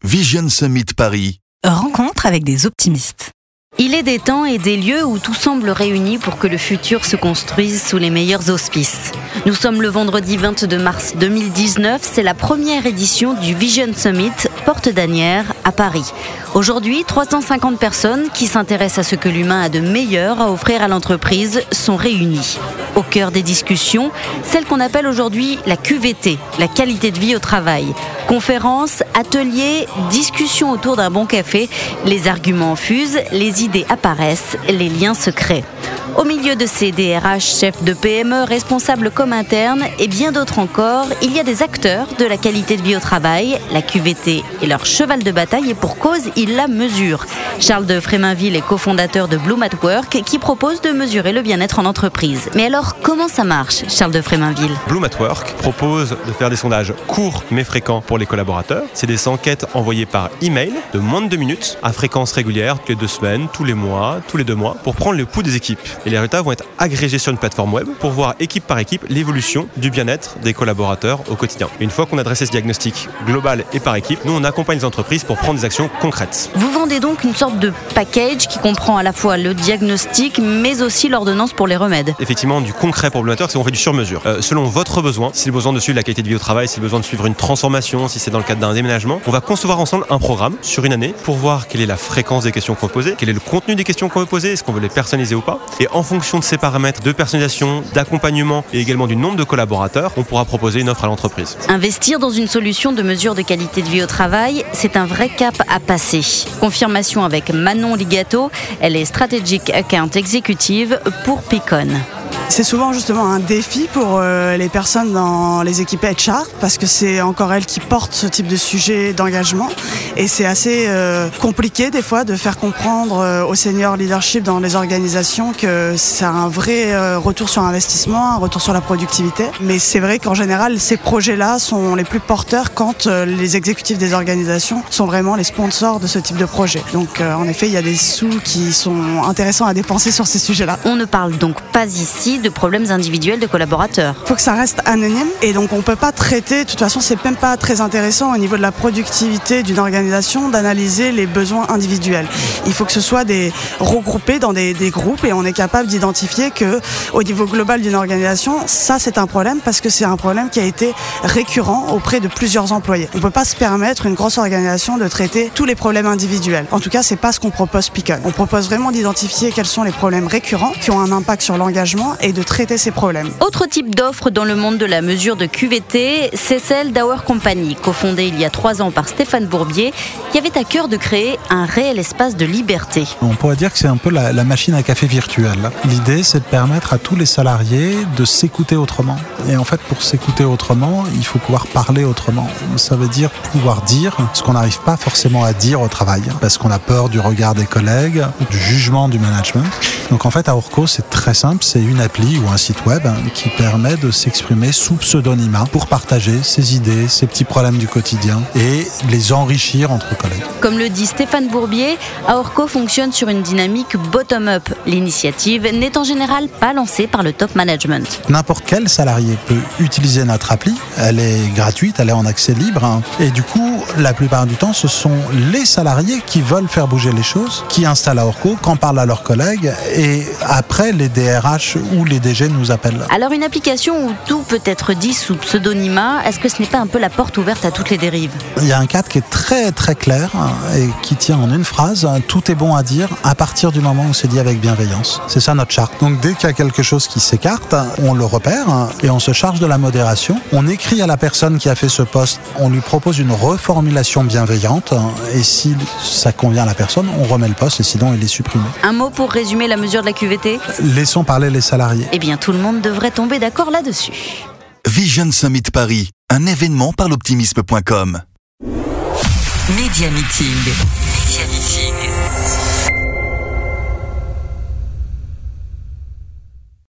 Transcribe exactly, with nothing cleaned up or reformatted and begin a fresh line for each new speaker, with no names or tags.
Vision Summit Paris.
Rencontre avec des optimistes.
Il est des temps et des lieux où tout semble réuni pour que le futur se construise sous les meilleurs auspices. Nous sommes le vendredi vingt-deux mars deux mille dix-neuf, c'est la première édition du Vision Summit Porte d'Asnières à Paris. Aujourd'hui, trois cent cinquante personnes qui s'intéressent à ce que l'humain a de meilleur à offrir à l'entreprise sont réunies. Au cœur des discussions, celle qu'on appelle aujourd'hui la Q V T, la qualité de vie au travail. Conférences, ateliers, discussions autour d'un bon café, les arguments fusent, les idées apparaissent, les liens se créent. Au milieu de ces D R H, chefs de P M E, responsables comme internes et bien d'autres encore, il y a des acteurs de la qualité de vie au travail. La Q V T est leur cheval de bataille et pour cause, ils la mesurent. Charles de Fréminville est cofondateur de Bloom at Work qui propose de mesurer le bien-être en entreprise. Mais alors, comment ça marche, Charles de Fréminville ?
Bloom at Work propose de faire des sondages courts mais fréquents pour les collaborateurs. C'est des enquêtes envoyées par email de moins de deux minutes à fréquence régulière, toutes les deux semaines, tous les mois, tous les deux mois, pour prendre le pouls des équipes. Et les résultats vont être agrégés sur une plateforme web pour voir équipe par équipe l'évolution du bien-être des collaborateurs au quotidien. Et une fois qu'on a dressé ce diagnostic global et par équipe, nous on accompagne les entreprises pour prendre des actions concrètes.
Vous vendez donc une sorte de package qui comprend à la fois le diagnostic mais aussi l'ordonnance pour les remèdes.
Effectivement, du concret pour Bloom at Work, c'est qu'on fait du sur-mesure. Euh, selon votre besoin, si c'est le besoin de suivre la qualité de vie au travail, si c'est le besoin de suivre une transformation, si c'est dans le cadre d'un déménagement, on va concevoir ensemble un programme sur une année pour voir quelle est la fréquence des questions qu'on veut poser, quel est le contenu des questions qu'on veut poser, est-ce qu'on veut les personnaliser ou pas. Et en fonction de ces paramètres de personnalisation, d'accompagnement et également du nombre de collaborateurs, on pourra proposer une offre à l'entreprise.
Investir dans une solution de mesure de qualité de vie au travail, c'est un vrai cap à passer. Confirmation avec Manon Ligato, elle est Strategic Account Executive pour Picon.
C'est souvent justement un défi pour euh, les personnes dans les équipes H R parce que c'est encore elles qui portent ce type de sujet d'engagement et c'est assez euh, compliqué des fois de faire comprendre euh, au senior leadership dans les organisations que c'est un vrai euh, retour sur investissement, un retour sur la productivité. Mais c'est vrai qu'en général, ces projets-là sont les plus porteurs quand euh, les exécutifs des organisations sont vraiment les sponsors de ce type de projet. Donc euh, en effet, il y a des sous qui sont intéressants à dépenser sur ces sujets-là.
On ne parle donc pas ici de problèmes individuels de collaborateurs.
Il faut que ça reste anonyme et donc on ne peut pas traiter, de toute façon c'est même pas très intéressant au niveau de la productivité d'une organisation d'analyser les besoins individuels. Il faut que ce soit des, regroupé dans des, des groupes et on est capable d'identifier que au niveau global d'une organisation, ça c'est un problème parce que c'est un problème qui a été récurrent auprès de plusieurs employés. On ne peut pas se permettre une grosse organisation de traiter tous les problèmes individuels. En tout cas, c'est pas ce qu'on propose Picon. On propose vraiment d'identifier quels sont les problèmes récurrents qui ont un impact sur l'engagement et de traiter ces problèmes.
Autre type d'offre dans le monde de la mesure de Q V T, c'est celle d'Hour Company, cofondée il y a trois ans par Stéphane Bourbier, qui avait à cœur de créer un réel espace de liberté.
On pourrait dire que c'est un peu la, la machine à café virtuelle. L'idée, c'est de permettre à tous les salariés de s'écouter autrement. Et en fait, pour s'écouter autrement, il faut pouvoir parler autrement. Ça veut dire pouvoir dire ce qu'on n'arrive pas forcément à dire au travail, parce qu'on a peur du regard des collègues, du jugement du management. Donc en fait, à Hourco, c'est très simple, c'est une appli ou un site web qui permet de s'exprimer sous pseudonymat pour partager ses idées, ses petits problèmes du quotidien et les enrichir entre collègues.
Comme le dit Stéphane Bourbier, Hourco fonctionne sur une dynamique bottom-up. L'initiative n'est en général pas lancée par le top management.
N'importe quel salarié peut utiliser notre appli, elle est gratuite, elle est en accès libre et du coup, la plupart du temps, ce sont les salariés qui veulent faire bouger les choses, qui installent Hourco, qu'en parlent à leurs collègues et après les D R H ou les D G nous appellent.
Alors une application où tout peut être dit sous pseudonymat, est-ce que ce n'est pas un peu la porte ouverte à toutes les dérives ?
Il y a un cadre qui est très très clair et qui tient en une phrase, tout est bon à dire à partir du moment où c'est dit avec bienveillance. C'est ça notre charte. Donc dès qu'il y a quelque chose qui s'écarte, on le repère et on se charge de la modération. On écrit à la personne qui a fait ce post, on lui propose une reformulation bienveillante et si ça convient à la personne, on remet le post et sinon il est supprimé.
Un mot pour résumer la mesure de la Q V T ?
Laissons parler les salariés.
Eh bien tout le monde devrait tomber d'accord là-dessus.
Vision Summit Paris, un événement par l'optimisme point com.
Média Meeting.